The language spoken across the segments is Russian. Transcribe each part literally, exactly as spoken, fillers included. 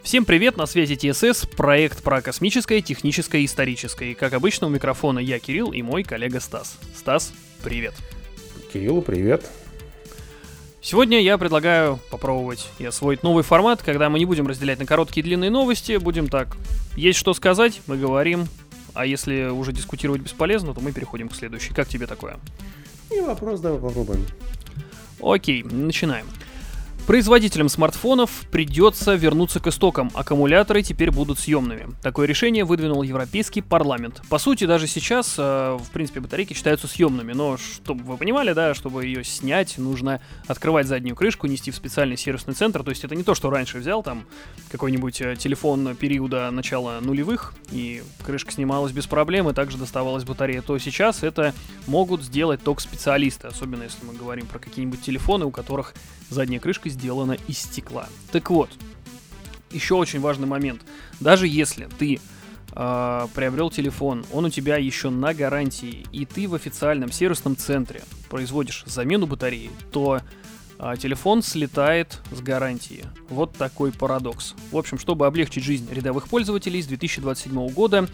Всем привет, на связи Ти Эс Эс, проект про космическое, техническое и историческое. И, как обычно, у микрофона я, Кирилл, и мой коллега Стас. Стас, привет. Кирилл, привет. Сегодня я предлагаю попробовать и освоить новый формат, когда мы не будем разделять на короткие и длинные новости, будем так, есть что сказать, мы говорим, а если уже дискутировать бесполезно, то мы переходим к следующей. Как тебе такое? Не вопрос, давай попробуем. Окей, начинаем. Производителям смартфонов придется вернуться к истокам. Аккумуляторы теперь будут съемными. Такое решение выдвинул Европейский парламент. По сути, даже сейчас, э, в принципе, батарейки считаются съемными. Но, чтобы вы понимали, да, чтобы ее снять, нужно открывать заднюю крышку, нести в специальный сервисный центр. То есть это не то, что раньше взял там какой-нибудь э, телефон периода начала нулевых, и крышка снималась без проблем, и также доставалась батарея. То сейчас это могут сделать только специалисты. Особенно если мы говорим про какие-нибудь телефоны, у которых задняя крышка сделана из стекла. Так вот, еще очень важный момент. Даже если ты э, приобрел телефон, он у тебя еще на гарантии, и ты в официальном сервисном центре производишь замену батареи, то э, телефон слетает с гарантии. Вот такой парадокс. В общем, чтобы облегчить жизнь рядовых пользователей, с две тысячи двадцать седьмого года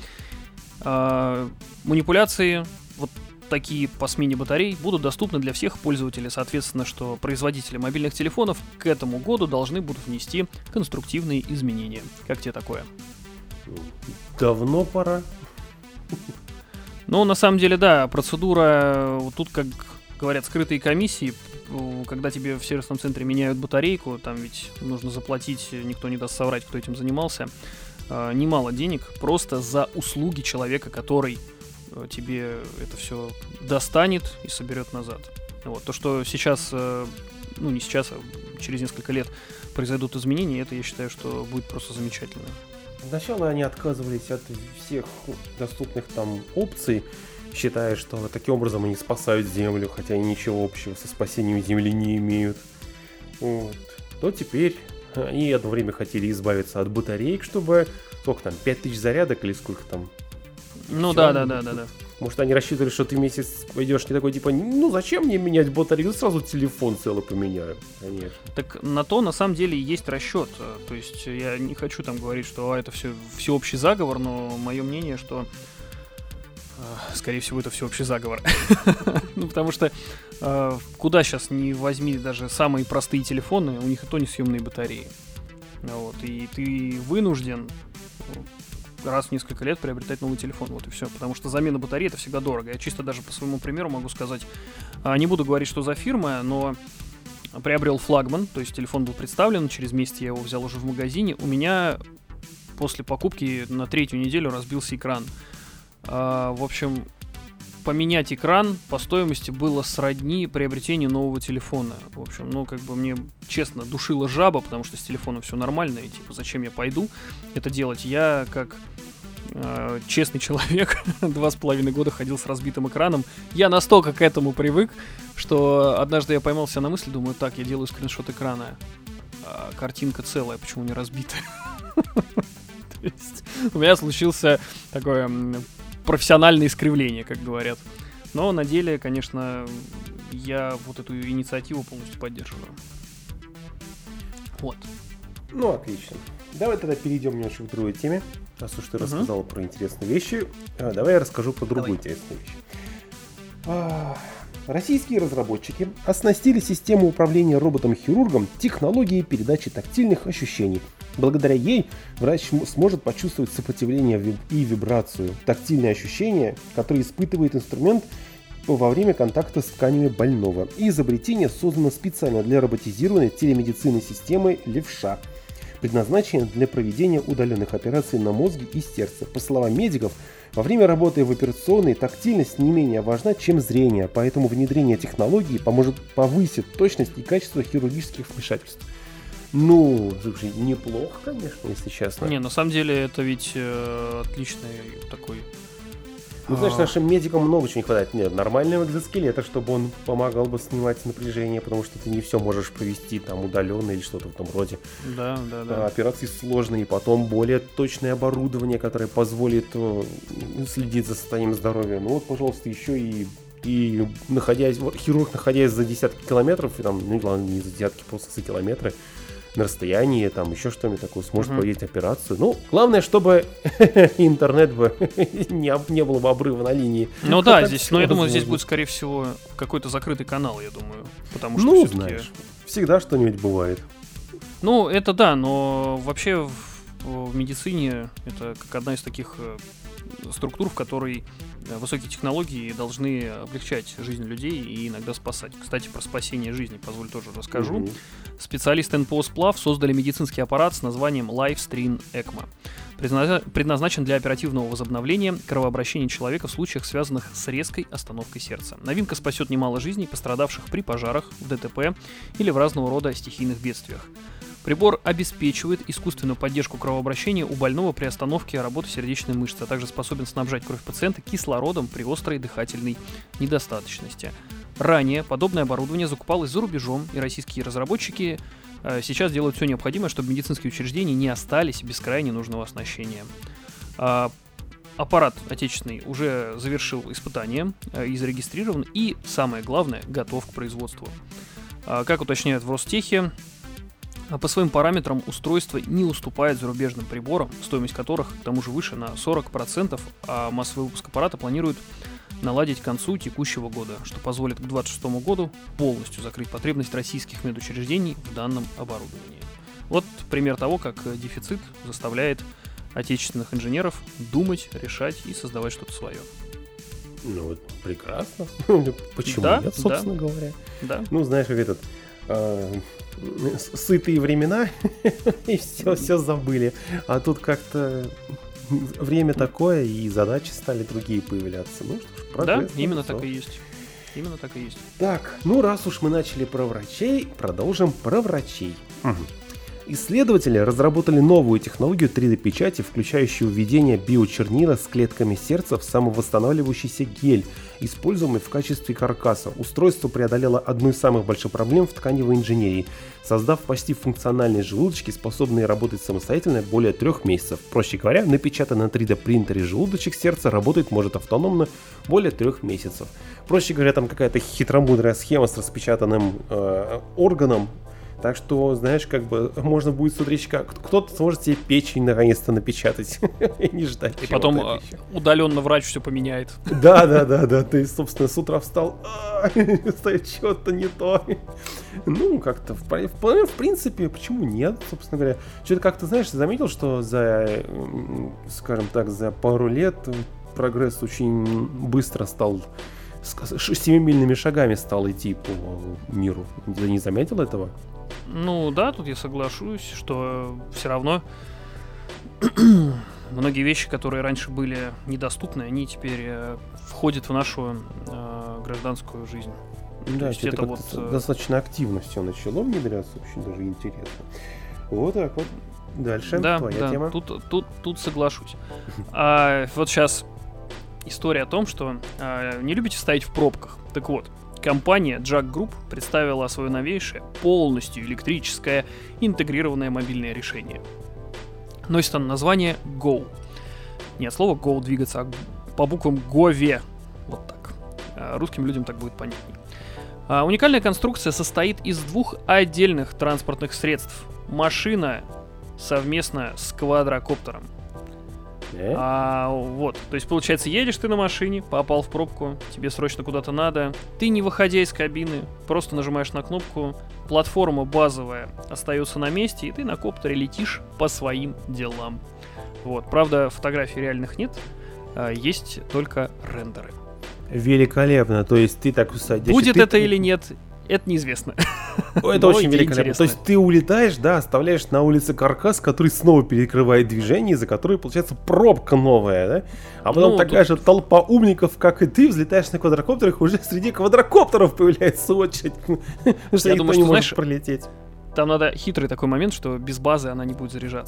э, манипуляции вот такие по смене батарей будут доступны для всех пользователей. Соответственно, что производители мобильных телефонов к этому году должны будут внести конструктивные изменения. Как тебе такое? Давно пора. Ну, на самом деле, да, процедура, тут, как говорят, скрытые комиссии, когда тебе в сервисном центре меняют батарейку, там ведь нужно заплатить, никто не даст соврать, кто этим занимался, немало денег просто за услуги человека, который тебе это все достанет и соберет назад. Вот. То, что сейчас, ну не сейчас, а через несколько лет произойдут изменения, это я считаю, что будет просто замечательно. Сначала они отказывались от всех доступных там опций, считая, что таким образом они спасают Землю, хотя они ничего общего со спасением Земли не имеют. Вот. То теперь они одно время хотели избавиться от батареек, чтобы, сколько там, пять тысяч зарядок или сколько там. Ну да, да, да, да, да. Может, они рассчитывали, что ты месяц пойдешь не такой, типа, ну зачем мне менять батарею, сразу телефон целый поменяю. Конечно. Так на то, на самом деле, есть расчет. То есть я не хочу там говорить, что а, это все всеобщий заговор, но мое мнение, что скорее всего, это всеобщий заговор. Ну, потому что куда сейчас не возьми даже самые простые телефоны, у них и то не съемные батареи. Вот, и ты вынужден раз в несколько лет приобретать новый телефон, вот и все, потому что замена батареи это всегда дорого. Я чисто даже по своему примеру могу сказать, не буду говорить, что за фирма, но приобрел флагман, то есть телефон был представлен, через месяц я его взял уже в магазине, у меня после покупки на третью неделю разбился экран. В общем, поменять экран по стоимости было сродни приобретению нового телефона. В общем, ну, как бы мне, честно, душила жаба, потому что с телефоном все нормально, и, типа, зачем я пойду это делать? Я, как э, честный человек, два с половиной года ходил с разбитым экраном. Я настолько к этому привык, что однажды я поймал себя на мысли, думаю, так, я делаю скриншот экрана, а картинка целая, почему не разбитая? То есть у меня случился такое профессиональное искривление, как говорят. Но на деле, конечно, я вот эту инициативу полностью поддерживаю. Вот. Ну, отлично. Давай тогда перейдем немножко к другой теме. Раз уж ты uh-huh. рассказал про интересные вещи, давай я расскажу про другую давай. интересную вещь. А, российские разработчики оснастили систему управления роботом-хирургом технологией передачи тактильных ощущений. Благодаря ей врач сможет почувствовать сопротивление и вибрацию, тактильные ощущения, которые испытывает инструмент во время контакта с тканями больного. И изобретение создано специально для роботизированной телемедицинной системы «Левша», предназначенной для проведения удаленных операций на мозге и сердце. По словам медиков, во время работы в операционной тактильность не менее важна, чем зрение, поэтому внедрение технологии поможет повысить точность и качество хирургических вмешательств. Ну, слушай, неплохо, конечно, если честно. Не, на самом деле это ведь э, отличный такой... Ну, знаешь, нашим медикам много чего не хватает. Нет, нормального экзоскелета, чтобы он помогал бы снимать напряжение, потому что ты не все можешь провести там удаленно или что-то в том роде. Да, да, да. А, операции сложные, потом более точное оборудование, которое позволит э, следить за состоянием здоровья. Ну вот, пожалуйста, еще и И находясь, вот, хирург, находясь за десятки километров, и там, ну ладно, не за десятки, просто за километры, на расстоянии, там еще что-нибудь такое, сможет uh-huh. проводить операцию. Ну, главное, чтобы интернет бы не, не было бы обрыва на линии. Ну а да, здесь, но я думаю, здесь будет, скорее всего, какой-то закрытый канал, я думаю. Потому что ну, знаешь, всегда что-нибудь бывает. Ну, это да, но вообще в, в медицине это как одна из таких структур, в которой высокие технологии должны облегчать жизнь людей и иногда спасать. Кстати, про спасение жизни, позволь, тоже расскажу. Mm-hmm. Специалисты эн пэ о «Сплав» создали медицинский аппарат с названием LifeStream экмо. Предназначен для оперативного возобновления кровообращения человека в случаях, связанных с резкой остановкой сердца. Новинка спасет немало жизней пострадавших при пожарах, в дэ тэ пэ или в разного рода стихийных бедствиях. Прибор обеспечивает искусственную поддержку кровообращения у больного при остановке работы сердечной мышцы, а также способен снабжать кровь пациента кислородом при острой дыхательной недостаточности. Ранее подобное оборудование закупалось за рубежом, и российские разработчики э, сейчас делают все необходимое, чтобы медицинские учреждения не остались без крайне нужного оснащения. А, аппарат отечественный уже завершил испытания э, и зарегистрирован, и, самое главное, готов к производству. А, как уточняют в Ростехе, по своим параметрам устройство не уступает зарубежным приборам, стоимость которых, к тому же, выше на сорок процентов, а массовый выпуск аппарата планируют наладить к концу текущего года, что позволит к две тысячи двадцать шестому году полностью закрыть потребность российских медучреждений в данном оборудовании. Вот пример того, как дефицит заставляет отечественных инженеров думать, решать и создавать что-то свое. Ну вот прекрасно. Почему да, нет, собственно да, говоря. Да. Ну, знаешь, как этот... Э, сытые времена, и все, все забыли. А тут как-то время такое, и задачи стали другие появляться. Ну что ж, прогресс. Да, именно так и есть. Именно так и есть. Так, ну раз уж мы начали про врачей, продолжим про врачей. Угу. Исследователи разработали новую технологию три дэ-печати, включающую введение биочернила с клетками сердца в самовосстанавливающийся гель, используемый в качестве каркаса. Устройство преодолело одну из самых больших проблем в тканевой инженерии, создав почти функциональные желудочки, способные работать самостоятельно более трех месяцев. Проще говоря, напечатанный на три дэ-принтере желудочек сердца работает может автономно более трех месяцев. Проще говоря, там какая-то хитромудрая схема с распечатанным э, органом. Так что, знаешь, как бы можно будет смотреть, как кто-то сможет себе печень наконец-то напечатать и не ждать. И потом удаленно врач все поменяет. Да, да, да, да. Ты, собственно, с утра встал, стоит что-то не то. Ну, как-то, в, в, в принципе, почему нет, собственно говоря. Что-то как-то, знаешь, заметил, что за, скажем так, за пару лет прогресс очень быстро стал, семимильными шагами стал идти по миру. Ты не заметил этого? Ну да, тут я соглашусь, что все равно многие вещи, которые раньше были недоступны, они теперь э, входят в нашу э, гражданскую жизнь. Да, то есть это вот достаточно активно все начало внедряться, очень даже интересно. Вот так вот. Дальше да, твоя да, тема. Тут, тут, тут соглашусь. А, вот сейчас история о том, что а, не любите стоять в пробках. Так вот. Компания Jack Group представила свое новейшее, полностью электрическое, интегрированное мобильное решение. Носит оно название Go. Не от слова Go двигаться, а по буквам Гове. Вот так. Русским людям так будет понятнее. А, уникальная конструкция состоит из двух отдельных транспортных средств. Машина совместно с квадрокоптером. Yeah. А, вот, то есть, получается, едешь ты на машине, попал в пробку, тебе срочно куда-то надо, ты, не выходя из кабины, просто нажимаешь на кнопку, платформа базовая остается на месте, и ты на коптере летишь по своим делам. Вот, правда, фотографий реальных нет, а есть только рендеры. Великолепно, то есть ты так садишься. Будет ты... это или нет, это неизвестно. Это очень великолепно. То есть ты улетаешь, да, оставляешь на улице каркас, который снова перекрывает движение, из-за которой получается пробка новая, да? А потом ну, такая тут... же толпа умников, как и ты, взлетаешь на квадрокоптерах, уже среди квадрокоптеров появляется очередь, что никто не может пролететь. Там надо хитрый такой момент, что без базы она не будет заряжаться.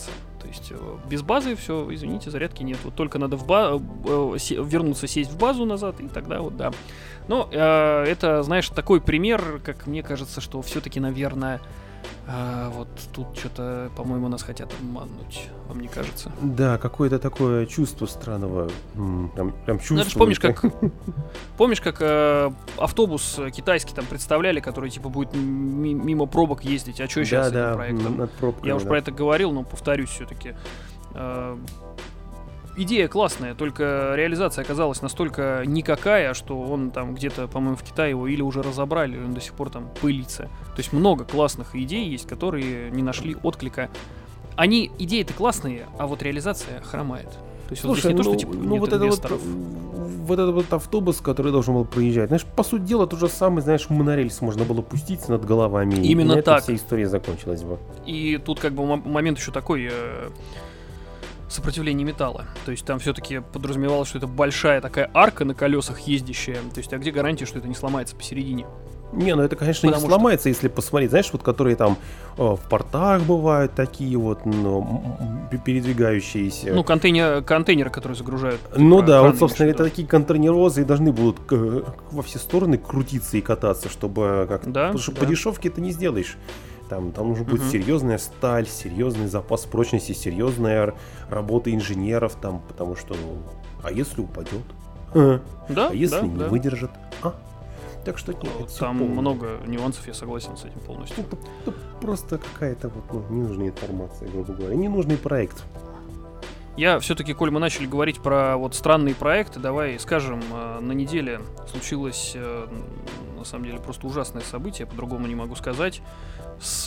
То есть без базы все, извините, зарядки нет. Вот только надо в ба- вернуться, сесть в базу назад, и тогда вот да. Но э, это, знаешь, такой пример, как мне кажется, что все-таки, наверное, э, вот тут что-то, по-моему, нас хотят обмануть, вам не кажется? Да, какое-то такое чувство странного. Прям, прям чувство. Ну, это ж помнишь, как, помнишь, как э, автобус китайский там представляли, который типа будет ми- мимо пробок ездить, а что сейчас да, с этим да, проектом? над пробками, Я уж да. про это говорил, но повторюсь все-таки. Э, идея классная, только реализация оказалась настолько никакая, что он там где-то, по-моему, в Китае его или уже разобрали, он до сих пор там пылится. То есть много классных идей есть, которые не нашли отклика. Они, идеи-то классные, а вот реализация хромает. То есть Слушай, вот здесь не ну, то, что типа ну нет вот, это вот, инвесторов. вот этот вот автобус, который должен был проезжать, знаешь, по сути дела, то же самое, знаешь, монорельс можно было пустить над головами. Именно и на так. этом вся история закончилась бы. И тут как бы м- момент еще такой... Э- сопротивление металла. То есть там все-таки подразумевалось, что это большая такая арка на колесах ездящая. То есть, а где гарантия, что это не сломается посередине? Не, ну это, конечно, Потому не сломается, что... если посмотреть, знаешь, вот которые там э, в портах бывают такие вот, ну, передвигающиеся. Ну, контейнер, контейнеры, которые загружают. Ну типа, да, краны, вот, собственно, имеешь в это виду. такие контейнерозы и должны будут э, во все стороны крутиться и кататься, чтобы как Да, потому что да. по дешевке это не сделаешь. Там, там нужно будет Мгм. серьезная сталь, серьезный запас прочности, серьезная р- работа инженеров там, потому что, ну, а если упадет? А, Да, а если да, не да. выдержит? А? Так что нет, это всё Там полное. много нюансов, я согласен с этим полностью. Это, это просто какая-то вот, ну, ненужная информация, грубо говоря, ненужный проект. Я все-таки, коль мы начали говорить про вот странные проекты, давай скажем, э, на неделе случилось, э, на самом деле, просто ужасное событие, по-другому не могу сказать, с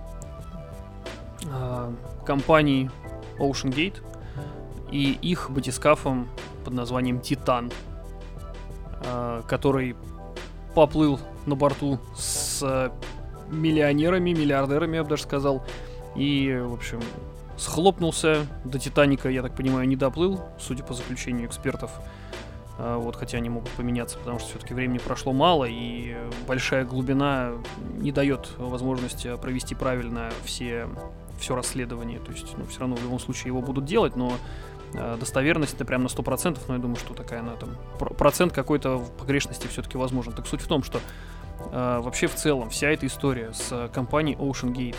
э, компанией OceanGate и их батискафом под названием «Титан», э, который поплыл на борту с миллионерами, миллиардерами, я бы даже сказал, и, в общем... схлопнулся, до Титаника, я так понимаю, не доплыл, судя по заключению экспертов. А, вот, хотя они могут поменяться, потому что все-таки времени прошло мало, и большая глубина не дает возможности провести правильно все, все расследование. То есть, ну, все равно в любом случае его будут делать, но а, достоверность это прям на сто процентов, но я думаю, что такая она там, про- процент какой-то погрешности все-таки возможен. Так суть в том, что а, вообще в целом вся эта история с компанией OceanGate,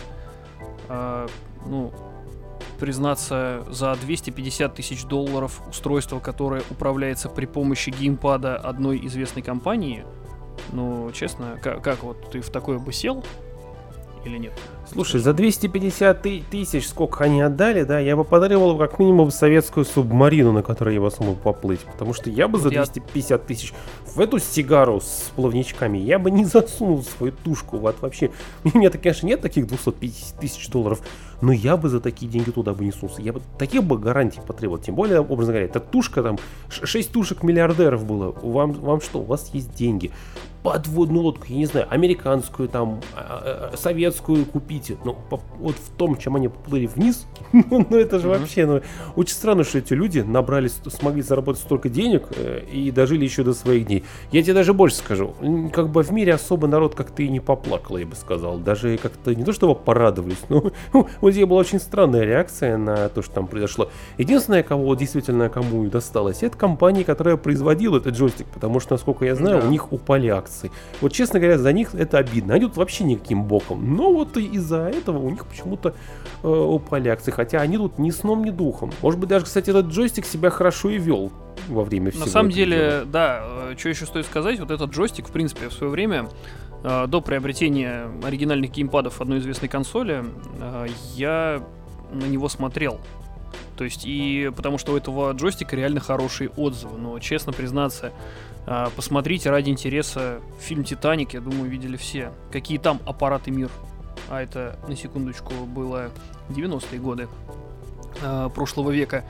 а, ну, признаться, за двести пятьдесят тысяч долларов устройство, которое управляется при помощи геймпада одной известной компании, ну, честно, как, как вот ты в такое бы сел или нет? Слушай, за двести пятьдесят ты- тысяч, сколько они отдали, да, я бы подарил как минимум советскую субмарину, на которой я бы смог поплыть. Потому что я бы Вот за я- двести пятьдесят тысяч в эту сигару с плавничками я бы не засунул свою тушку. Вот вообще. У меня-то, конечно, нет таких двести пятьдесят тысяч долларов, но я бы за такие деньги туда бы не сунулся. Я бы таких бы гарантий потребовал. Тем более, образно говоря, эта тушка там, шесть тушек миллиардеров было. Вам, вам что, у вас есть деньги? Подводную лодку, я не знаю, американскую там, э, э, советскую купите. Ну, по- вот в том, чем они поплыли вниз, ну это же Мгм. вообще, ну, очень странно, что эти люди набрали, ст- смогли заработать столько денег э, и дожили еще до своих дней. Я тебе даже больше скажу, м, как бы в мире особо народ как-то и не поплакал, я бы сказал. Даже как-то не то, чтобы порадовались, но у людей была очень странная реакция на то, что там произошло. Единственное, кого вот действительно кому и досталось, это компания, которая производила этот джойстик, потому что, насколько я знаю, Да. у них упали акции. Вот, честно говоря, за них это обидно. Они тут вообще никаким боком. Но вот и из-за этого у них почему-то э, упали акции. Хотя они тут ни сном, ни духом. Может быть, даже, кстати, этот джойстик себя хорошо и вел во время всего На самом этого дела. деле, да, что еще стоит сказать, вот этот джойстик, в принципе, в свое время, э, до приобретения оригинальных геймпадов одной известной консоли, э, я на него смотрел. То есть, и потому что у этого джойстика реально хорошие отзывы. Но, честно признаться, э, посмотрите ради интереса фильм «Титаник», я думаю, видели все. Какие там аппараты мир. А это, на секундочку, было девяностые годы э, прошлого века.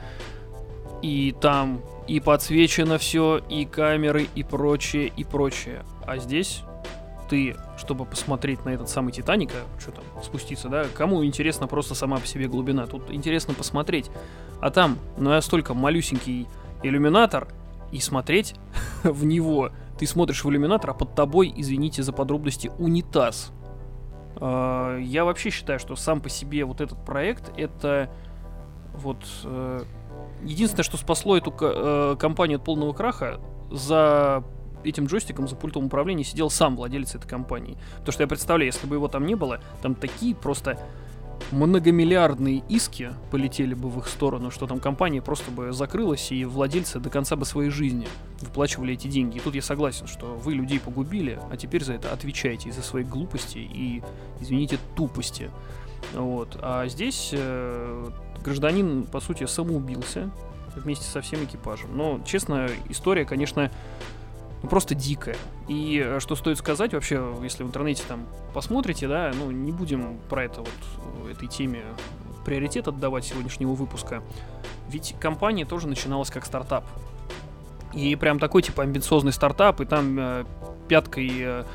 И там и подсвечено все, и камеры, и прочее, и прочее. А здесь ты, чтобы посмотреть на этот самый Титаник, а что там, спуститься, да, кому интересна просто сама по себе глубина, тут интересно посмотреть. А там, ну, настолько малюсенький иллюминатор, и смотреть в него, ты смотришь в иллюминатор, а под тобой, извините за подробности, унитаз. А, Я вообще считаю, что сам по себе вот этот проект, это вот э, единственное, что спасло эту э, компанию от полного краха, за этим джойстиком, за пультом управления сидел сам владелец этой компании. Потому что я представляю, если бы его там не было, там такие просто многомиллиардные иски полетели бы в их сторону, что там компания просто бы закрылась, и владельцы до конца бы своей жизни выплачивали эти деньги. И тут я согласен, что вы людей погубили, а теперь за это отвечаете из-за своих глупостей и, извините, тупости. Вот. А здесь э, гражданин, по сути, самоубился вместе со всем экипажем. Но, честно, история, конечно, просто дикая. И что стоит сказать, вообще, если в интернете там посмотрите, да, ну, не будем про это вот, этой теме приоритет отдавать сегодняшнего выпуска. Ведь компания тоже начиналась как стартап. И прям такой, типа, амбициозный стартап, и там э, пяткой э,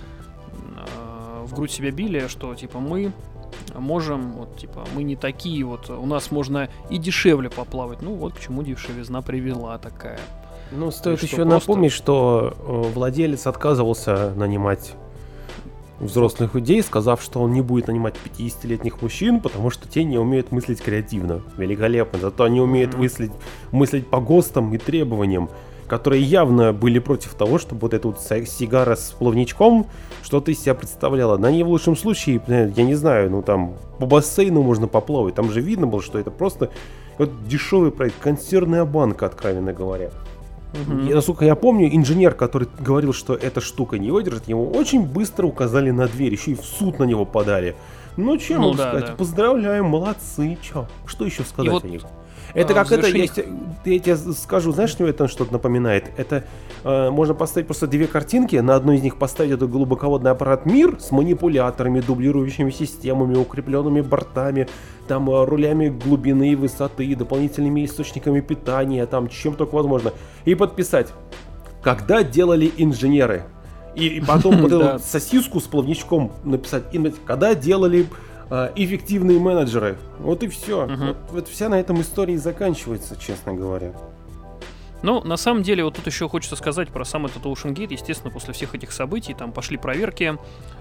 э, в грудь себя били, что, типа, мы можем, вот, типа, мы не такие, вот, у нас можно и дешевле поплавать. Ну, вот к чему дешевизна привела такая. Ну, стоит еще просто... напомнить, что владелец отказывался нанимать взрослых людей, сказав, что он не будет нанимать пятидесятилетних мужчин, потому что те не умеют мыслить креативно. Великолепно. Зато они умеют mm-hmm. мыслить, мыслить по ГОСТам и требованиям, которые явно были против того, чтобы вот эта вот сигара с плавничком что-то из себя представляла. На ней в лучшем случае, я не знаю, ну там по бассейну можно поплавать. Там же видно было, что это просто вот дешевый проект, консервная банка, откровенно говоря. Uh-huh. И, насколько я помню, инженер, который говорил, что эта штука не выдержит, ему очень быстро указали на дверь, еще и в суд на него подали. Ну, чем ну, да, сказать? Да. Поздравляем, молодцы. Че? Что еще сказать вот, о них? Это а, как это, я, я тебе скажу, знаешь, что это что-то напоминает? Это э, можно поставить просто две картинки, на одной из них поставить этот глубоководный аппарат МИР с манипуляторами, дублирующими системами, укрепленными бортами, там рулями глубины и высоты, дополнительными источниками питания, там чем только возможно, и подписать, когда делали инженеры. И, и потом вот эту сосиску с плавничком написать, когда делали эффективные менеджеры. Вот и все. Uh-huh. Вот, вот вся на этом история заканчивается, честно говоря. Ну, на самом деле, вот тут еще хочется сказать про сам этот Ocean Gate. Естественно, после всех этих событий там пошли проверки,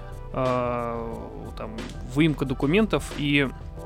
э, там, выемка документов. И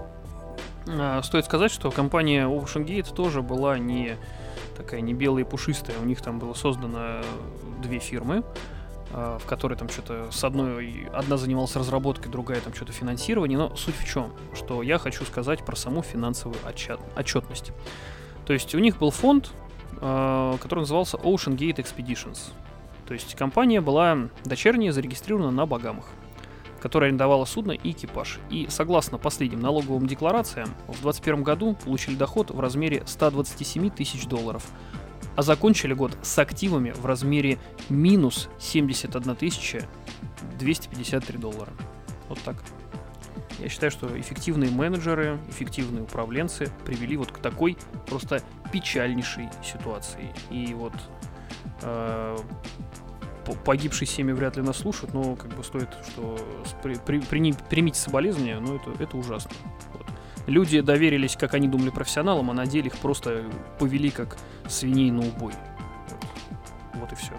э, стоит сказать, что компания Ocean Gate тоже была не такая не белая и пушистая. У них там было создано две фирмы, в которой там что-то с одной, одна занималась разработкой, другая там что-то финансирование, но суть в чем, что я хочу сказать про саму финансовую отчет, отчетность. То есть у них был фонд, который назывался Ocean Gate Expeditions. То есть компания была дочерняя, зарегистрирована на Багамах, которая арендовала судно и экипаж. И согласно последним налоговым декларациям, в двадцать первом году получили доход в размере сто двадцать семь тысяч долларов. А закончили год с активами в размере минус семьдесят одна тысяча двести пятьдесят три доллара. Вот так. Я считаю, что эффективные менеджеры, эффективные управленцы привели вот к такой просто печальнейшей ситуации. И вот э, погибшие семьи вряд ли нас слушают, но как бы стоит, что при, при, при, примите соболезнования, но это, это ужасно. Вот. Люди доверились, как они думали, профессионалам, а на деле их просто повели как свиней на убой. Вот, вот и все.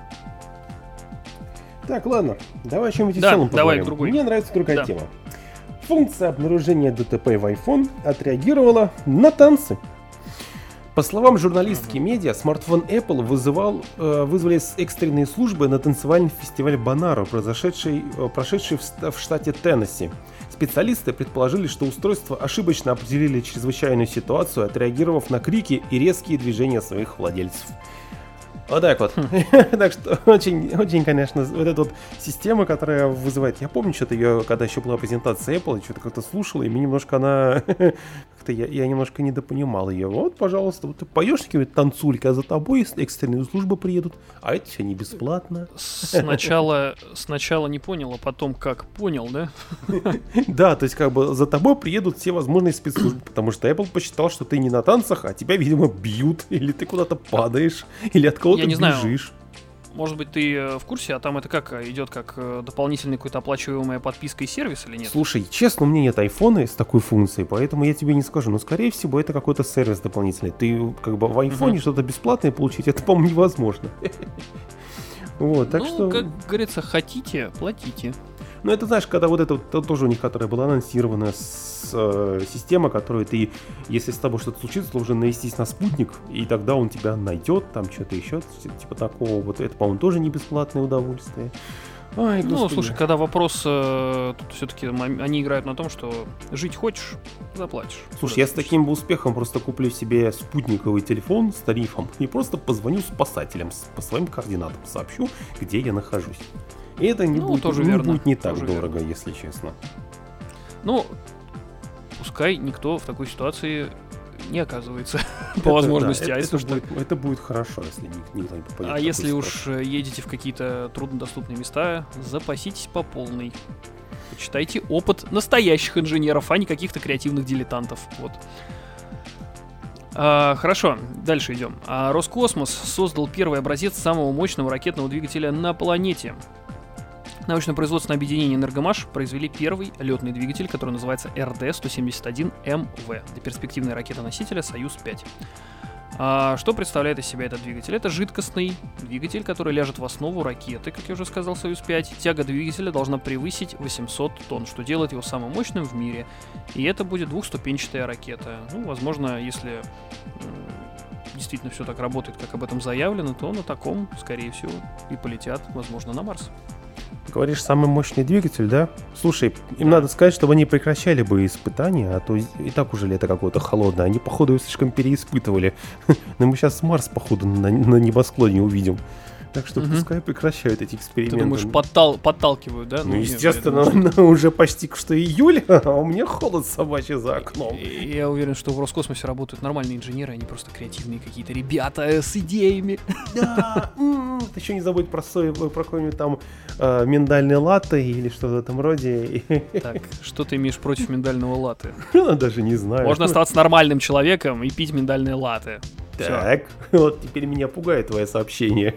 Так, ладно, давай о чем-нибудь да, веселом давай поговорим. Другой. Мне нравится другая да. тема. Функция обнаружения ДТП в iPhone отреагировала на танцы. По словам журналистки uh-huh. медиа, смартфон Apple вызывал, э, вызвали экстренные службы на танцевальный фестиваль Бонаро, произошедший, э, прошедший в, в штате Теннесси. Специалисты предположили, что устройство ошибочно определили чрезвычайную ситуацию, отреагировав на крики и резкие движения своих владельцев. Вот так вот. Так что очень, очень, конечно, вот эта вот система, которая вызывает... Я помню, что-то ее, когда еще была презентация Apple, что-то как-то слушал, и мне немножко она... Как-то я, я немножко недопонимал ее. Вот, пожалуйста, вот ты поешь какие-нибудь танцульки, а за тобой экстренные службы приедут, а это все не бесплатно. Сначала, сначала не понял, а потом как понял, да? Да, то есть как бы за тобой приедут все возможные спецслужбы, потому что Apple посчитал, что ты не на танцах, а тебя, видимо, бьют, или ты куда-то падаешь, или от кого-то бежишь. Знаю. Может быть, ты в курсе, а там это как идет, как дополнительная какая-то оплачиваемая подписка и сервис или нет? Слушай, честно, у меня нет айфона с такой функцией, поэтому я тебе не скажу. Но, скорее всего, это какой-то сервис дополнительный. Ты как бы в айфоне uh-huh. что-то бесплатное получить, это, по-моему, невозможно. Вот, так ну, что... как говорится, хотите, платите. Но это, знаешь, когда вот это, это тоже у них, которая была анонсирована с, э, система, которую ты, если с тобой что-то случится, должен навестись на спутник, и тогда он тебя найдет, там что-то еще, типа такого. Вот это, по-моему, тоже не бесплатное удовольствие. Ой, ну, слушай, когда вопрос, э, тут все-таки они играют на том, что жить хочешь, заплатишь. Слушай, я с таким бы успехом просто куплю себе спутниковый телефон с тарифом и просто позвоню спасателям по своим координатам, сообщу, где я нахожусь. И это не, ну, будет, тоже не, верно. будет не так тоже дорого, верно. Если честно. Ну, пускай никто в такой ситуации не оказывается по возможности. Да, а это, если это, будет, это будет хорошо, если никто не попадет. А если уж едете в какие-то труднодоступные места, запаситесь по полной. Почитайте опыт настоящих инженеров, а не каких-то креативных дилетантов. Вот. А, хорошо, дальше идем. А, Роскосмос создал первый образец самого мощного ракетного двигателя на планете. Научно-производственное объединение «Энергомаш» произвели первый летный двигатель, который называется эр дэ сто семьдесят один эм вэ для перспективной ракеты-носителя «Союз пять». А что представляет из себя этот двигатель? Это жидкостный двигатель, который ляжет в основу ракеты, как я уже сказал, «Союз пять». Тяга двигателя должна превысить восемьсот тонн, что делает его самым мощным в мире. И это будет двухступенчатая ракета. Ну, возможно, если действительно все так работает, как об этом заявлено, то на таком, скорее всего, и полетят, возможно, на Марс. Говоришь, самый мощный двигатель, да? Слушай, им надо сказать, чтобы они прекращали бы испытания, а то и так уже лето какое-то холодное. Они, походу, слишком переиспытывали. Но мы сейчас Марс, походу, на, на небосклоне увидим. Так что угу. пускай прекращают эти эксперименты. Ты думаешь, подтал, подталкивают, да? Ну, ну естественно, думаю, что... уже почти что июль, а у меня холод собачий за окном. Я уверен, что в Роскосмосе работают нормальные инженеры, они просто креативные какие-то ребята с идеями. Да, ты еще не забудь про про какой-нибудь там миндальный латте или что-то в этом роде. Так, что ты имеешь против миндального латте? Даже не знаю. Можно остаться нормальным человеком и пить миндальное латте. Так, Всё. Вот теперь меня пугает твое сообщение.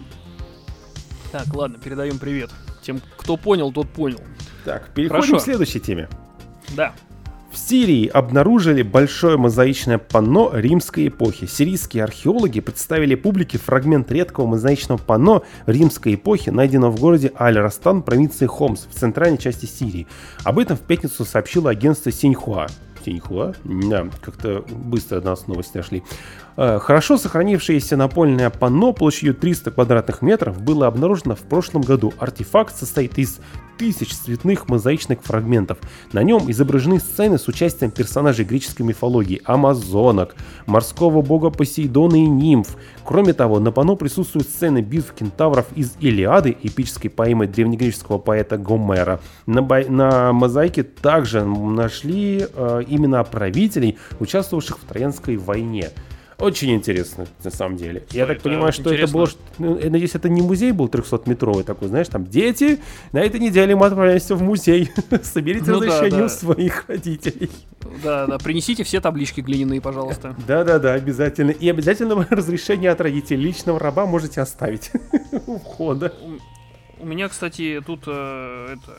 Так, ладно, передаем привет. Тем, кто понял, тот понял. Так, переходим Хорошо. к следующей теме. Да. В Сирии обнаружили большое мозаичное панно римской эпохи. Сирийские археологи представили публике фрагмент редкого мозаичного панно римской эпохи, найденного в городе Аль-Растан, провинции Хомс, в центральной части Сирии. Об этом в пятницу сообщило агентство Синьхуа. Синьхуа? Да, как-то быстро нас новости нашли. Хорошо сохранившееся напольное панно площадью триста квадратных метров было обнаружено в прошлом году. Артефакт состоит из тысяч цветных мозаичных фрагментов. На нем изображены сцены с участием персонажей греческой мифологии, амазонок, морского бога Посейдона и нимф. Кроме того, на панно присутствуют сцены битв кентавров из Илиады, эпической поэмы древнегреческого поэта Гомера. На, бо... на мозаике также нашли э, имена правителей, участвовавших в Троянской войне. Очень интересно, на самом деле. Стой, я так понимаю, что интересно. Это было... Я надеюсь, это не музей был трехсотметровый такой, знаешь, там, дети, на этой неделе мы отправляемся в музей. Соберите ну, разрешение да, да. у своих родителей. Да, да, принесите все таблички глиняные, пожалуйста. Да-да-да, обязательно. И обязательно разрешение от родителей. Личного раба можете оставить у входа. У меня, кстати, тут э, это...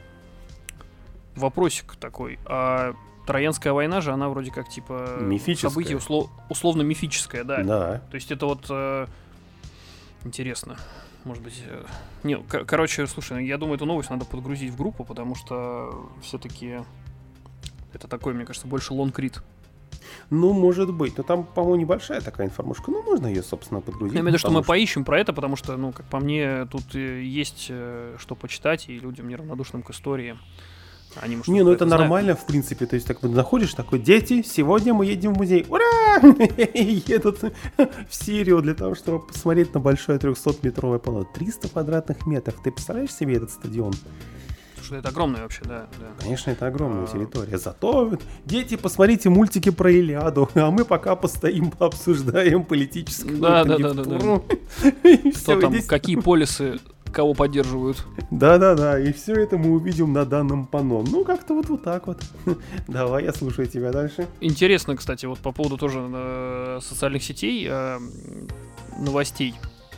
вопросик такой. А... Троянская война же, она вроде как типа событие услов... условно-мифическое, да. Да. То есть это вот э... интересно. Может быть. Э... Не, к- короче, слушай, я думаю, эту новость надо подгрузить в группу, потому что все-таки это такой, мне кажется, больше лонгрид. Ну, может быть. Но там, по-моему, небольшая такая информашка. Ну, можно ее, собственно, подгрузить. Я имею в виду, что мы что... поищем про это, потому что, ну, как по мне, тут есть что почитать, и людям неравнодушным к истории. Они, может, не, ну это, это нормально, знают. В принципе. То есть, так вот находишь такой: дети, сегодня мы едем в музей. Ура! И едут в Сирию для того, чтобы посмотреть на большое трехсотметровое панно. триста квадратных метров. Ты представляешь себе этот стадион? Слушай, это огромное вообще, да. да. Конечно, это огромная а... территория. Зато, дети, посмотрите мультики про Илиаду, а мы пока постоим, пообсуждаем политическую да, конъюнктуру. Да, да, да, да. Что там, какие полисы кого поддерживают. Да-да-да, и все это мы увидим на данном панно. Ну, как-то вот, вот так вот. Давай, я слушаю тебя дальше. Интересно, кстати, вот по поводу тоже э, социальных сетей, э, новостей.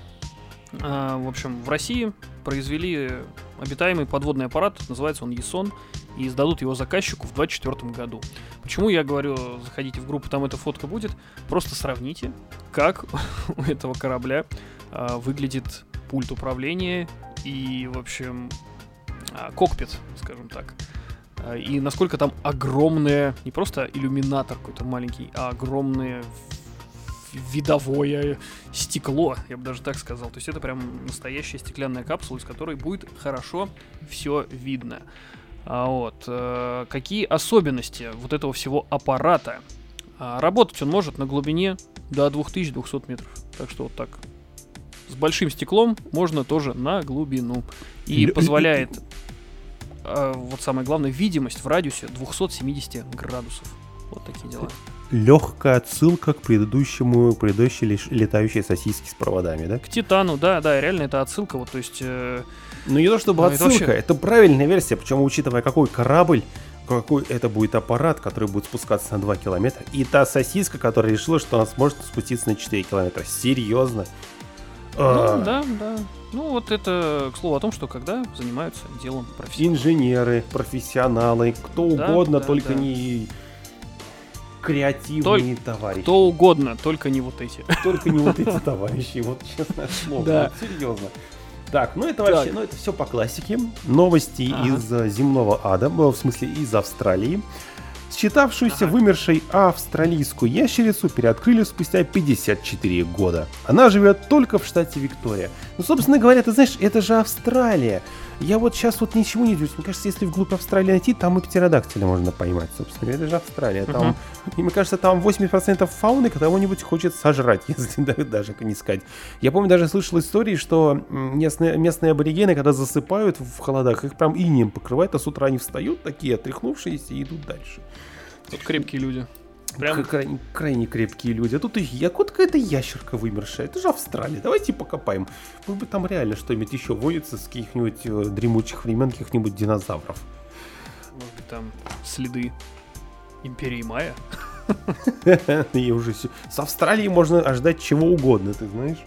Э, в общем, в России произвели обитаемый подводный аппарат, называется он Ясон, и сдадут его заказчику в двадцать четвёртом году. Почему я говорю, заходите в группу, там эта фотка будет, просто сравните, как у этого корабля э, выглядит пульт управления и, в общем, а, кокпит, скажем так. И насколько там огромное, не просто иллюминатор какой-то маленький, а огромное видовое стекло, я бы даже так сказал. То есть это прям настоящая стеклянная капсула, из которой будет хорошо все видно. А вот. Э, какие особенности вот этого всего аппарата? А, работать он может на глубине до две тысячи двести метров. Так что вот так. С большим стеклом можно тоже на глубину. И Л- позволяет, э, вот самое главное, видимость в радиусе двести семьдесят градусов. Вот такие дела. Легкая отсылка к предыдущему, предыдущей летающей сосиске с проводами, да? К Титану, да, да, реально это отсылка, вот, то есть... Э, ну, не то чтобы ну, отсылка, это, вообще... это правильная версия, причем учитывая, какой корабль, какой это будет аппарат, который будет спускаться на два километра, и та сосиска, которая решила, что она сможет спуститься на четыре километра. Серьезно? Ну, а... да, да. Ну, вот это, к слову, о том, что когда занимаются делом профессионалы. Инженеры, профессионалы, кто да, угодно, да, только да. не... креативные Толь... товарищи. Кто угодно, только не вот эти. Только не вот эти товарищи, вот честное слово. Да. Вот, серьезно. Так, ну это вообще, так. ну это все по классике. Новости ага. из uh, земного ада, в смысле из Австралии. Считавшуюся ага. вымершей австралийскую ящерицу переоткрыли спустя пятьдесят четыре года. Она живет только в штате Виктория. Ну, собственно говоря, ты знаешь, это же Австралия. Я вот сейчас вот ничего не удивлюсь. Мне кажется, если вглубь Австралии найти, там и птеродактиля можно поймать, собственно. Это же Австралия. Там, uh-huh. И мне кажется, там восемьдесят процентов фауны кого-нибудь хочет сожрать, если даже не сказать. Я помню, даже слышал истории, что местные, местные аборигены, когда засыпают в холодах, их прям инеем покрывает, а с утра они встают такие, отряхнувшиеся, и идут дальше. Тут крепкие люди. Прям... Крайне, крайне крепкие люди. А тут и я, вот какая-то ящерка вымершая. Это же Австралия. Давайте покопаем. Может быть, там реально что-нибудь еще водится с каких-нибудь э, дремучих времен, каких-нибудь динозавров. Может быть, там следы империи Майя? И уже с Австралии можно ожидать чего угодно, ты знаешь.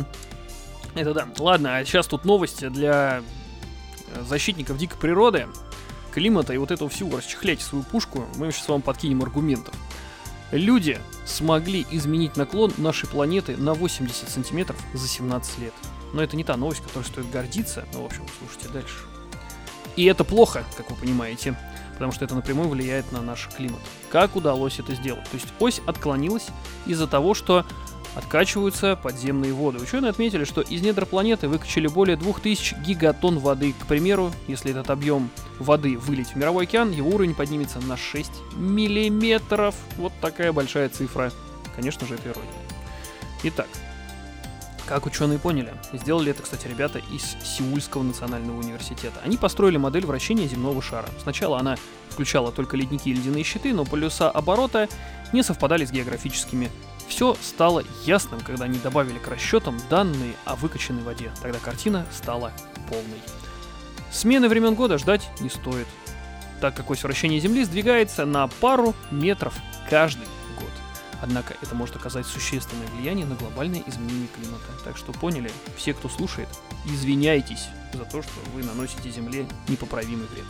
Это да. Ладно, а сейчас тут новости для защитников дикой природы, климата и вот этого всего. Расчехляйте свою пушку, мы сейчас вам подкинем аргументов. Люди смогли изменить наклон нашей планеты на восемьдесят сантиметров за семнадцать лет. Но это не та новость, которой стоит гордиться. Ну, в общем, слушайте дальше. И это плохо, как вы понимаете, потому что это напрямую влияет на наш климат. Как удалось это сделать? То есть ось отклонилась из-за того, что откачиваются подземные воды. Ученые отметили, что из недр планеты выкачали более двух тысяч гигатонн воды. К примеру, если этот объем воды вылить в мировой океан, его уровень поднимется на шесть миллиметров. Вот такая большая цифра. Конечно же, это ирония. Итак, как ученые поняли? Сделали это, кстати, ребята из Сеульского национального университета. Они построили модель вращения земного шара. Сначала она включала только ледники и ледяные щиты, но полюса оборота не совпадали с географическими. Все стало ясным, когда они добавили к расчетам данные о выкачанной воде. Тогда картина стала полной. Смены времен года ждать не стоит, так как ось вращения Земли сдвигается на пару метров каждый год. Однако это может оказать существенное влияние на глобальное изменение климата. Так что поняли, все, кто слушает, извиняйтесь за то, что вы наносите Земле непоправимый вред.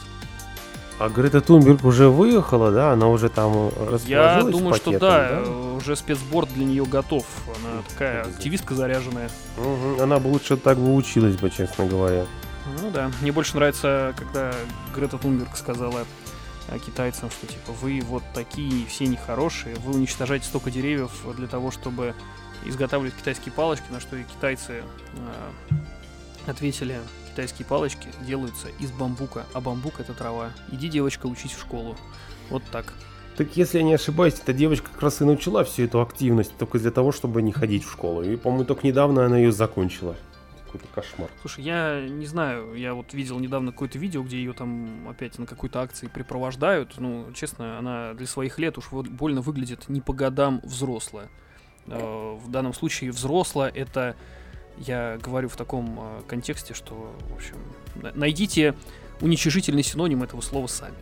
А Грета Тунберг уже выехала, да? Она уже там расположилась. Я думаю, пакетом, что да, да, уже спецборд для нее готов. Она ну, такая активистка заряженная. Угу. Она бы лучше так бы училась бы, честно говоря. Ну да, мне больше нравится, когда Грета Тунберг сказала китайцам, что типа вы вот такие все нехорошие, вы уничтожаете столько деревьев для того, чтобы изготавливать китайские палочки, на что и китайцы э, ответили: китайские палочки делаются из бамбука, а бамбук — это трава. Иди, девочка, учись в школу. Вот так. Так если я не ошибаюсь, эта девочка как раз и начала всю эту активность только для того, чтобы не ходить в школу. И, по-моему, только недавно она ее закончила. Какой-то кошмар. Слушай, я не знаю, я вот видел недавно какое-то видео, где ее там опять на какой-то акции припровождают. Ну, честно, она для своих лет уж вот больно выглядит не по годам взрослая. В данном случае взрослая — это... Я говорю в таком э, контексте, что, в общем, найдите уничижительный синоним этого слова сами.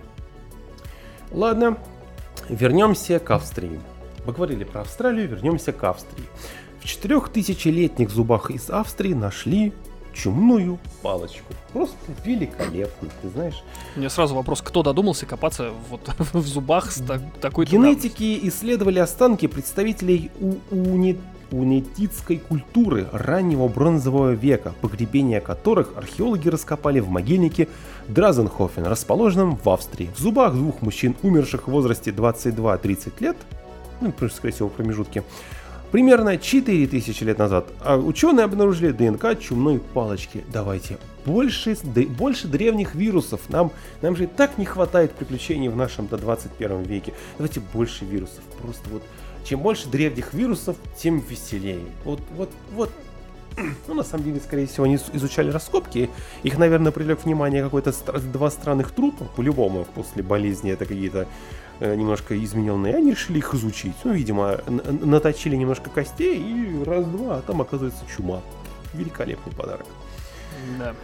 Ладно, вернемся к Австрии. Поговорили про Австралию, вернемся к Австрии. В четырехтысячелетних зубах из Австрии нашли чумную палочку. Просто великолепно, ты знаешь. У меня сразу вопрос, кто додумался копаться вот в зубах с так, такой-то Генетики давностью? Исследовали останки представителей у, уни... унетитской культуры раннего бронзового века, погребения которых археологи раскопали в могильнике Дразенхофен, расположенном в Австрии. В зубах двух мужчин, умерших в возрасте двадцать два тридцать лет, ну, скорее всего, в промежутке, примерно четыре тысячи лет назад, а ученые обнаружили ДНК чумной палочки. Давайте, больше, больше древних вирусов. Нам, нам же и так не хватает приключений в нашем до двадцать первом веке. Давайте больше вирусов. Просто вот, чем больше древних вирусов, тем веселее. Вот, вот, вот. Ну, на самом деле, скорее всего, они изучали раскопки. Их, наверное, привлек внимание какой-то два странных трупа. По-любому, после болезни это какие-то э, немножко измененные. Они решили их изучить. Ну, видимо, н- наточили немножко костей и раз-два, а там оказывается чума. Великолепный подарок. Да.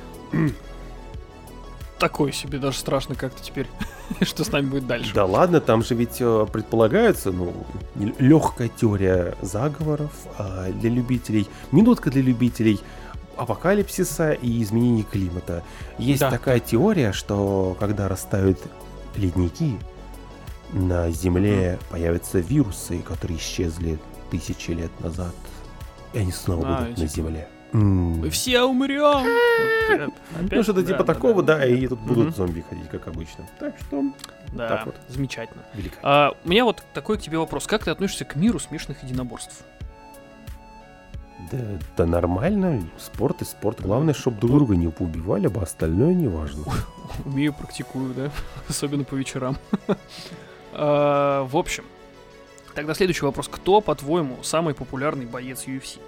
Такой себе, даже страшно как-то теперь, что с нами будет дальше. Да ладно, там же ведь э, предполагается, ну, легкая теория заговоров э, для любителей, минутка для любителей апокалипсиса и изменений климата. Есть Да. такая теория, что когда растают ледники, на Земле появятся вирусы, которые исчезли тысячи лет назад, и они снова А, будут на типа- Земле. М. Мы все умрем. Вот, опять- Ну, что-то типа такого, да, и тут будут Мгм. зомби ходить, как обычно. Так что, Да, так вот. замечательно. великолепно. А, у меня вот такой к тебе вопрос. Как ты относишься к миру смешанных единоборств? Да, да нормально, спорт и спорт. Главное, чтобы друг друга не поубивали, а остальное не важно. Умею, практикую, да? Особенно по вечерам. А, В общем, тогда следующий вопрос. Кто, по-твоему, самый популярный боец ю эф си?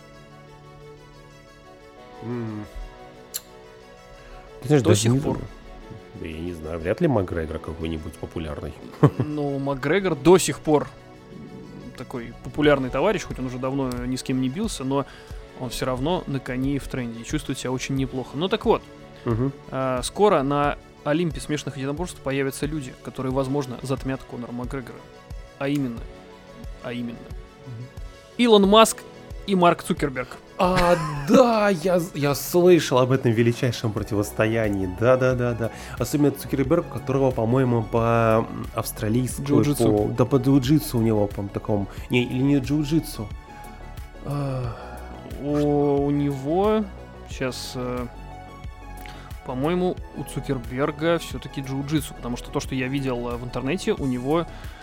Ты знаешь, До даже сих не пор. знаю. Да я не знаю, вряд ли Макгрегор какой-нибудь популярный. Ну, Макгрегор до сих пор м, такой популярный товарищ, хоть он уже давно ни с кем не бился, но он все равно на коне и в тренде и чувствует себя очень неплохо. Ну так вот, Мгм. а, скоро на Олимпе смешанных единоборств появятся люди, которые, возможно, затмят Конора Макгрегора. А именно, а именно, Илон Маск и Марк Цукерберг. А, да, я, я слышал об этом величайшем противостоянии. Да-да-да-да. Особенно Цукерберг, у которого, по-моему, по австралийскому... Джиу-джитсу. по- Да, по джиу-джитсу у него, по такому... Не, или не джиу-джитсу. А, У, у него сейчас, э, по-моему, у Цукерберга все-таки джиу-джитсу, потому что то, что я видел э, в интернете, у него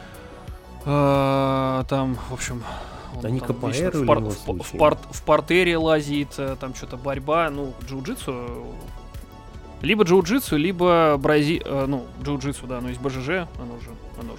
э, там, в общем, он Они там КПР вечно или в, пар- у него в, в случаи? пар- в портере лазит, э, там что-то борьба, ну, джиу-джитсу, либо джиу-джитсу, либо брази, э, ну, джиу-джитсу, да, но есть БЖЖ, оно же, оно же.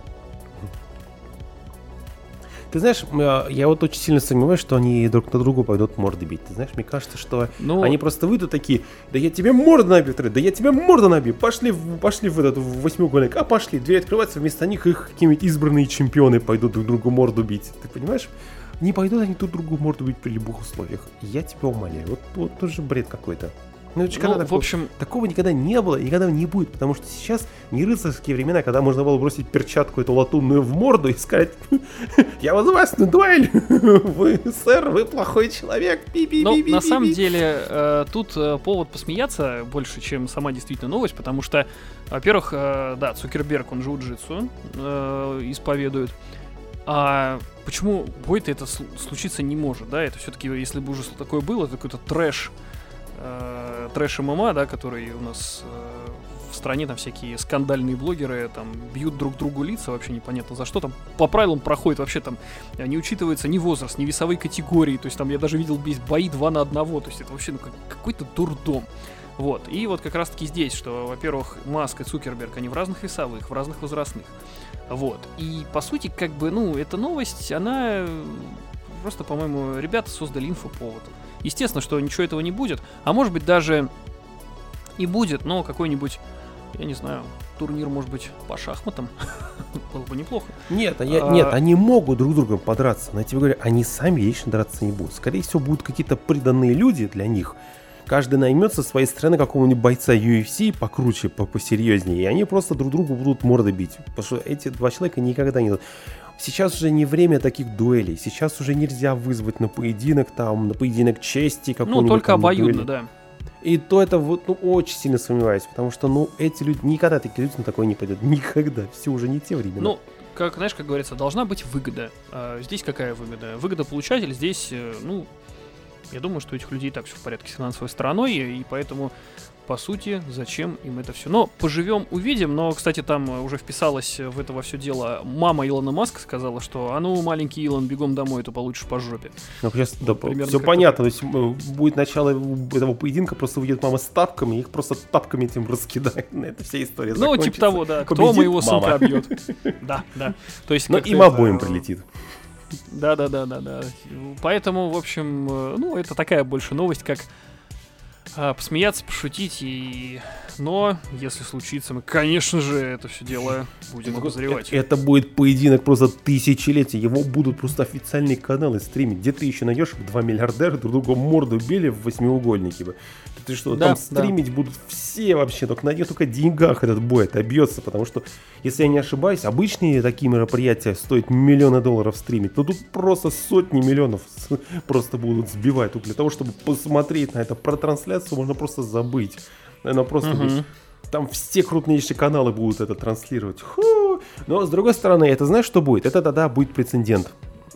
Ты знаешь, м, я вот очень сильно сомневаюсь, что они друг на другу пойдут морды бить. Ты знаешь, мне кажется, что Ну, они просто выйдут такие: да я тебе морду набью, да я тебе морду набью, пошли, в- пошли в этот в восьмиугольник, а пошли, дверь открывается, вместо них их какие-нибудь избранные чемпионы пойдут друг другу морду бить. Ты понимаешь? Не пойдут они друг другу морду бить при любых условиях. Я тебя умоляю, вот, вот тоже бред какой-то. Ну, это же ну, когда в такого- общем, Такого никогда не было и никогда не будет, потому что сейчас не рыцарские времена, когда можно было бросить перчатку эту латунную в морду и сказать: я вызываю вас на дуэль, вы, сэр, вы плохой человек, ну, на самом пи-пи-пи-пи-пи». деле, э, тут э, повод посмеяться больше, чем сама действительно новость, потому что, во-первых, э, да, Цукерберг, он джиу-джитсу э, исповедует, а почему бой-то это сл- случиться не может, да, это все-таки, если бы уже такое было, это какой-то трэш, э, трэш ММА, да, который у нас э, в стране, там всякие скандальные блогеры там бьют друг другу лица, вообще непонятно за что, там по правилам проходит, вообще там э, не учитывается ни возраст, ни весовые категории, то есть там я даже видел бей- бои два на одного, то есть это вообще ну, как- какой-то дурдом. Вот, и вот как раз-таки здесь, что, во-первых, Маск и Цукерберг, они в разных весовых, в разных возрастных, вот, и, по сути, как бы, ну, эта новость, она э, просто, по-моему, ребята создали инфоповод. Естественно, что ничего этого не будет, а может быть даже и будет, но какой-нибудь, я не знаю, турнир, может быть, по шахматам, было бы неплохо. Нет, а я- А- нет, они могут друг с другом подраться, но я тебе говорю, они сами лично драться не будут. Скорее всего, будут какие-то преданные люди для них. Каждый наймет со своей стороны какого-нибудь бойца ю эф си покруче, по- посерьезнее, и они просто друг другу будут морды бить. Потому что эти два человека никогда не... Сейчас уже не время таких дуэлей. Сейчас уже нельзя вызвать на поединок, там, на поединок чести какой-нибудь. Ну, только там, на обоюдно, дуэли. да. И то это вот, ну, очень сильно сомневаюсь, потому что, ну, эти люди, никогда такие люди на такое не пойдут. Никогда. Все уже не те времена. Ну, как, знаешь, как говорится, должна быть выгода. А здесь какая выгода? Выгодополучатель здесь, ну, я думаю, что у этих людей и так все в порядке с финансовой стороной, и поэтому, по сути, зачем им это все? Но поживем, увидим. Но, кстати, там уже вписалась в это во все дело мама Илона Маска, сказала, что а ну, маленький Илон, бегом домой, то получишь по жопе. Ну, сейчас, да, все понятно. То есть будет начало этого поединка, просто выйдет мама с тапками, их просто тапками этим раскидает. На это вся история закончится. Ну, типа того, да. Кто моего сынка бьет? Да, да. То есть, но им обоим прилетит. Да, да, да, да, да. Поэтому, в общем, ну, это такая больше новость, как а, посмеяться, пошутить. И... Но, если случится, мы, конечно же, это все дело будем обозревать. Это, это будет поединок просто тысячелетия. Его будут просто официальные каналы стримить. Где ты еще найдешь два миллиардера друг другу морду били в восьмиугольнике бы? Ты что, да, там стримить да. будут все вообще, только на одних только деньгах этот бой отобьется, потому что, если я не ошибаюсь, обычные такие мероприятия стоят миллионы долларов стримить, но тут просто сотни миллионов просто будут сбивать. Только для того, чтобы посмотреть на это, про трансляцию можно просто забыть. Наверное, просто угу. там все крупнейшие каналы будут это транслировать. Ху! Но, с другой стороны, это знаешь, что будет? Это тогда будет прецедент.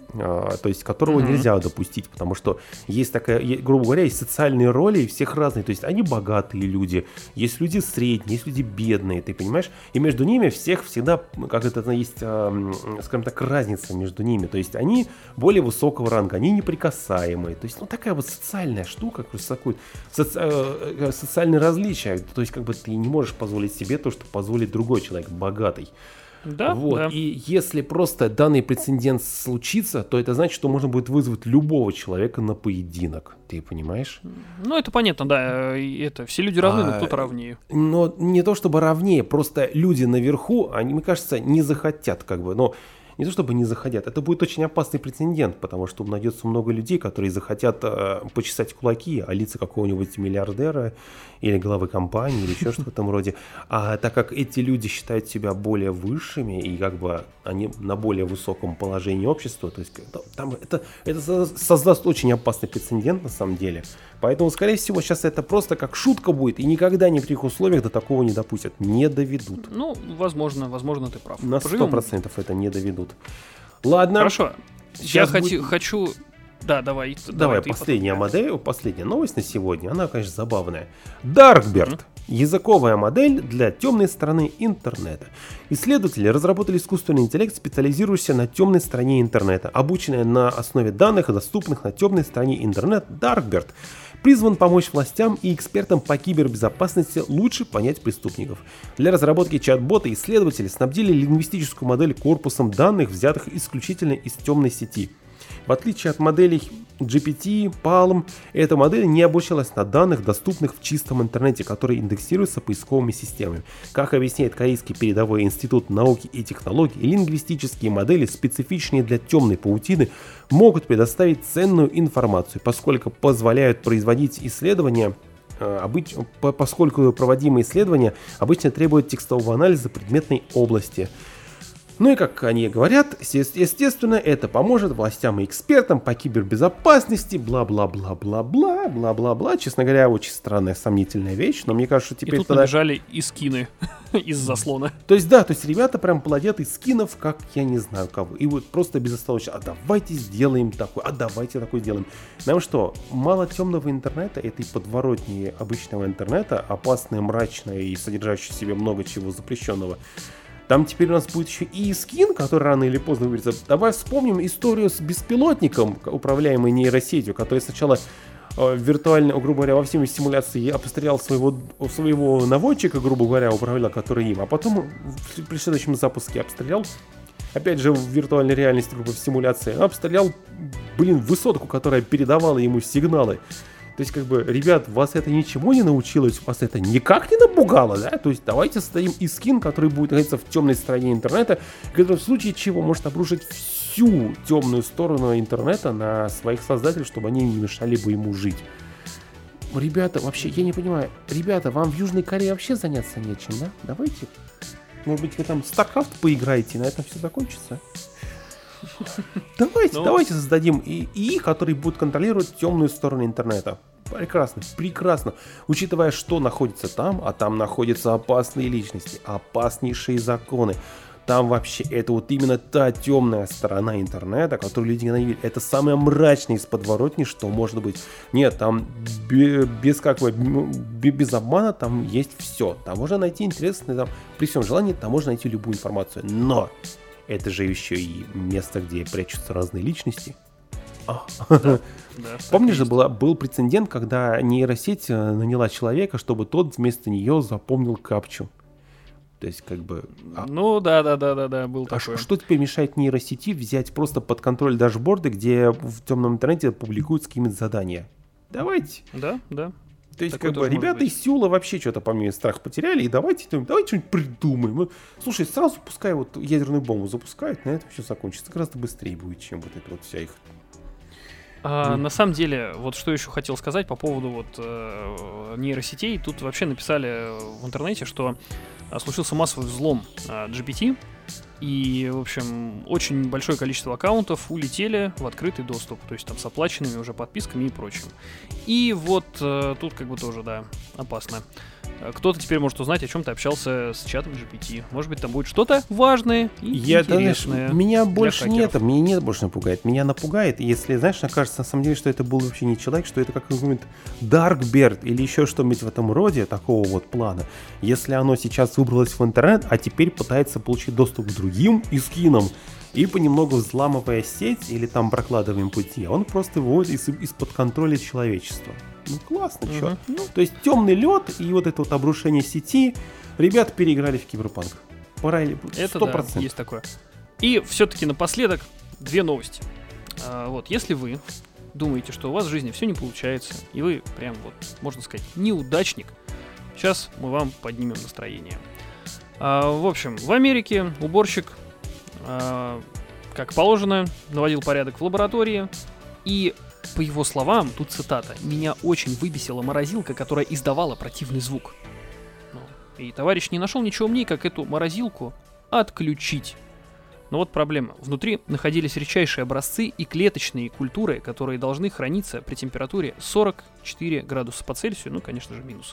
А, то есть которого mm-hmm. нельзя допустить, потому что есть такая, грубо говоря, есть социальные роли, и всех разные, то есть они богатые люди, есть люди средние, есть люди бедные, ты понимаешь, и между ними всех всегда, как это есть, а, скажем так, разница между ними, то есть они более высокого ранга, они неприкасаемые, то есть, ну, такая вот социальная штука, такой соци... социальные различия, то есть как бы ты не можешь позволить себе то, что позволит другой человек, богатый. Да, вот. да. И если просто данный прецедент случится, то это значит, что можно будет вызвать любого человека на поединок. Ты понимаешь? Ну, это понятно, да. Это, все люди равны, а, но кто-то равнее. Но не то чтобы равнее, просто люди наверху, они, мне кажется, не захотят, как бы, но не то чтобы не захотят, это будет очень опасный прецедент, потому что найдется много людей, которые захотят э, почесать кулаки о лица какого-нибудь миллиардера или главы компании или еще что-то в этом роде. А так как эти люди считают себя более высшими и как бы они на более высоком положении общества, то есть там это, это создаст очень опасный прецедент на самом деле. Поэтому, скорее всего, сейчас это просто как шутка будет, и никогда ни при каких условиях до такого не допустят, не доведут. Ну, возможно, возможно, ты прав. На сто процентов это не доведут. Ладно. Хорошо. Я будет... хочу... Да, давай. Давай, давай последняя модель, последняя новость на сегодня. Она, конечно, забавная. Даркберт. Mm-hmm. Языковая модель для темной стороны интернета. Исследователи разработали искусственный интеллект, специализирующийся на темной стороне интернета. Обученная на основе данных, доступных на темной стороне интернета, Даркберт призван помочь властям и экспертам по кибербезопасности лучше понять преступников. Для разработки чат-бота исследователи снабдили лингвистическую модель корпусом данных, взятых исключительно из темной сети. В отличие от моделей джи пи ти, Palm, эта модель не обучалась на данных, доступных в чистом интернете, которые индексируются поисковыми системами. Как объясняет Корейский передовой институт науки и технологий, лингвистические модели, специфичные для темной паутины, могут предоставить ценную информацию, поскольку позволяют производить исследования, поскольку проводимые исследования обычно требуют текстового анализа предметной области. Ну и как они говорят, естественно, это поможет властям и экспертам по кибербезопасности, бла-бла-бла-бла-бла, бла-бла-бла. Честно говоря, очень странная, сомнительная вещь, но мне кажется, теперь... И тут тогда... набежали и скины из заслона. То есть, да, то есть ребята прям плодят из скинов, как я не знаю кого. И вот просто безостановочно, а давайте сделаем такой, а давайте такой сделаем. Нам что, мало темного интернета, этой подворотни обычного интернета, опасное, мрачное и содержащее в себе много чего запрещенного. Там теперь у нас будет еще и скин, который рано или поздно выберется. Давай вспомним историю с беспилотником, управляемой нейросетью, который сначала э, виртуально, грубо говоря, во всеми симуляции обстрелял своего, своего наводчика, грубо говоря, управлял, который им, а потом при следующем запуске обстрелял, опять же в виртуальной реальности, грубо в симуляции, обстрелял, блин, высотку, которая передавала ему сигналы. То есть, как бы, ребят, вас это ничего не научилось, вас это никак не напугало, да? То есть, давайте создадим и скин, который будет находиться в темной стороне интернета, который в случае чего может обрушить всю темную сторону интернета на своих создателей, чтобы они не мешали бы ему жить. Ребята, вообще, я не понимаю, ребята, вам в Южной Корее вообще заняться нечем, да? Давайте, может быть, вы там StarCraft поиграете, и на этом все закончится. Давайте, ну, давайте создадим ИИ, который будет контролировать темную сторону интернета. Прекрасно, прекрасно. Учитывая, что находится там, а там находятся опасные личности, опаснейшие законы. Там вообще это вот именно та темная сторона интернета, которую люди ненавидят. Это самое мрачное из подворотни, что может быть. Нет, там без, как бы, без обмана там есть все. Там можно найти интересное, там, при всем желании там можно найти любую информацию. Но это же еще и место, где прячутся разные личности. Да, да, помнишь же, была, был прецедент, когда нейросеть наняла человека, чтобы тот вместо нее запомнил капчу. То есть, как бы... А... Ну, да-да-да-да, был а такой. Что теперь мешает нейросети взять просто под контроль дашборды, где в темном интернете публикуются какие-нибудь задания? Давайте. Да, да. То есть, такое как бы, ребята из Сеула вообще что-то, по мне, страх потеряли, и давайте, давайте что-нибудь придумаем. Слушай, сразу пускай вот ядерную бомбу запускают, на этом все закончится. Гораздо быстрее будет, чем вот это вот вся их... А, на самом деле, вот что еще хотел сказать по поводу вот э, нейросетей. Тут вообще написали в интернете, что э, случился массовый взлом э, джи пи ти. И, в общем, очень большое количество аккаунтов улетели в открытый доступ. То есть там с оплаченными уже подписками и прочим. И вот э, тут как бы тоже, да, опасно. Кто-то теперь может узнать, о чем ты общался с чатом джи пи ти. Может быть, там будет что-то важное и Я, интересное. Знаешь, меня больше не это, меня не больше напугает. Меня напугает, если, знаешь, мне кажется, на самом деле, что это был вообще не человек, что это как какой-нибудь Даркберд или еще что-нибудь в этом роде, такого вот плана. Если оно сейчас выбралось в интернет, а теперь пытается получить доступ к другим и скинам, и понемногу взламывая сеть или там прокладывая им пути, он просто выводит из- из-под контроля человечества. Ну классно, uh-huh. Чё? Ну, то есть темный лед и вот это вот обрушение сети, ребята переиграли в Киберпанк. Пора или это да, есть такое. И все-таки напоследок две новости. А, вот, если вы думаете, что у вас в жизни все не получается, и вы прям вот, можно сказать, неудачник, сейчас мы вам поднимем настроение. А, в общем, в Америке уборщик, а, как положено, наводил порядок в лаборатории, и по его словам, тут цитата: «Меня очень выбесила морозилка, которая издавала противный звук». Ну, и товарищ не нашел ничего умнее, как эту морозилку отключить. Но вот проблема. Внутри находились редчайшие образцы и клеточные культуры, которые должны храниться при температуре сорок четыре градуса по Цельсию, ну, конечно же, минус.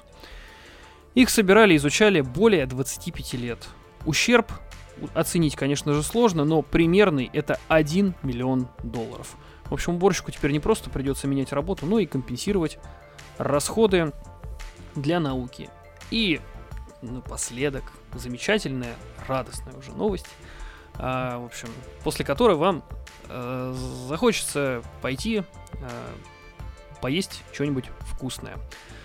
Их собирали и изучали более двадцати пяти лет. Ущерб оценить, конечно же, сложно, но примерный — это один миллион долларов. В общем, уборщику теперь не просто придется менять работу, но и компенсировать расходы для науки. И напоследок замечательная, радостная уже новость, а, в общем, после которой вам а, захочется пойти а, поесть что-нибудь вкусное.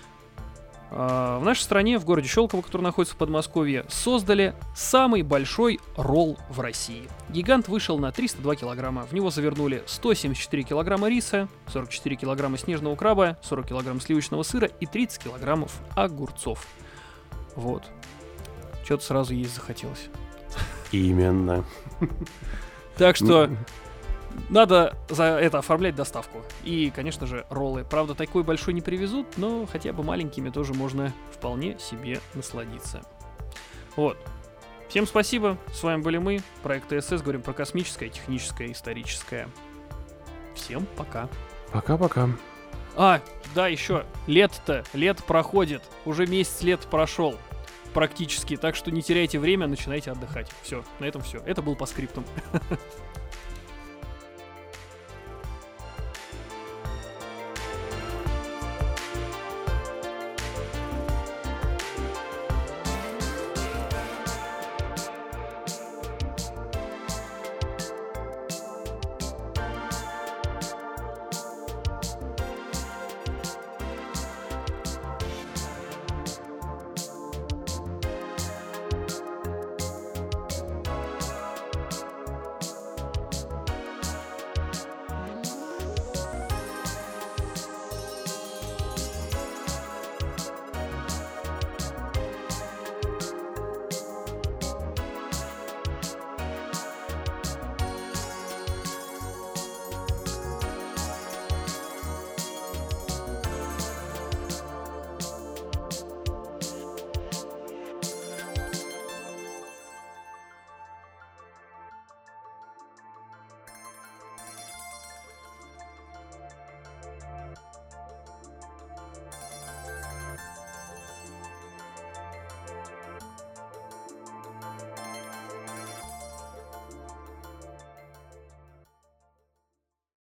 В нашей стране, в городе Щелково, который находится в Подмосковье, создали самый большой ролл в России. Гигант вышел на триста два килограмма. В него завернули сто семьдесят четыре килограмма риса, сорок четыре килограмма снежного краба, сорок килограмм сливочного сыра и тридцать килограммов огурцов. Вот. Что-то сразу есть захотелось. Именно. Так что... надо за это оформлять доставку. И, конечно же, роллы. Правда, такой большой не привезут, но хотя бы маленькими тоже можно вполне себе насладиться. Вот. Всем спасибо. С вами были мы. Проект ТСС. Говорим про космическое, техническое, историческое. Всем пока. Пока-пока. А, да, еще. Лето-то. Лето проходит. Уже месяц лет прошел. Практически. Так что не теряйте время, начинайте отдыхать. Все. На этом все. Это был по скриптам.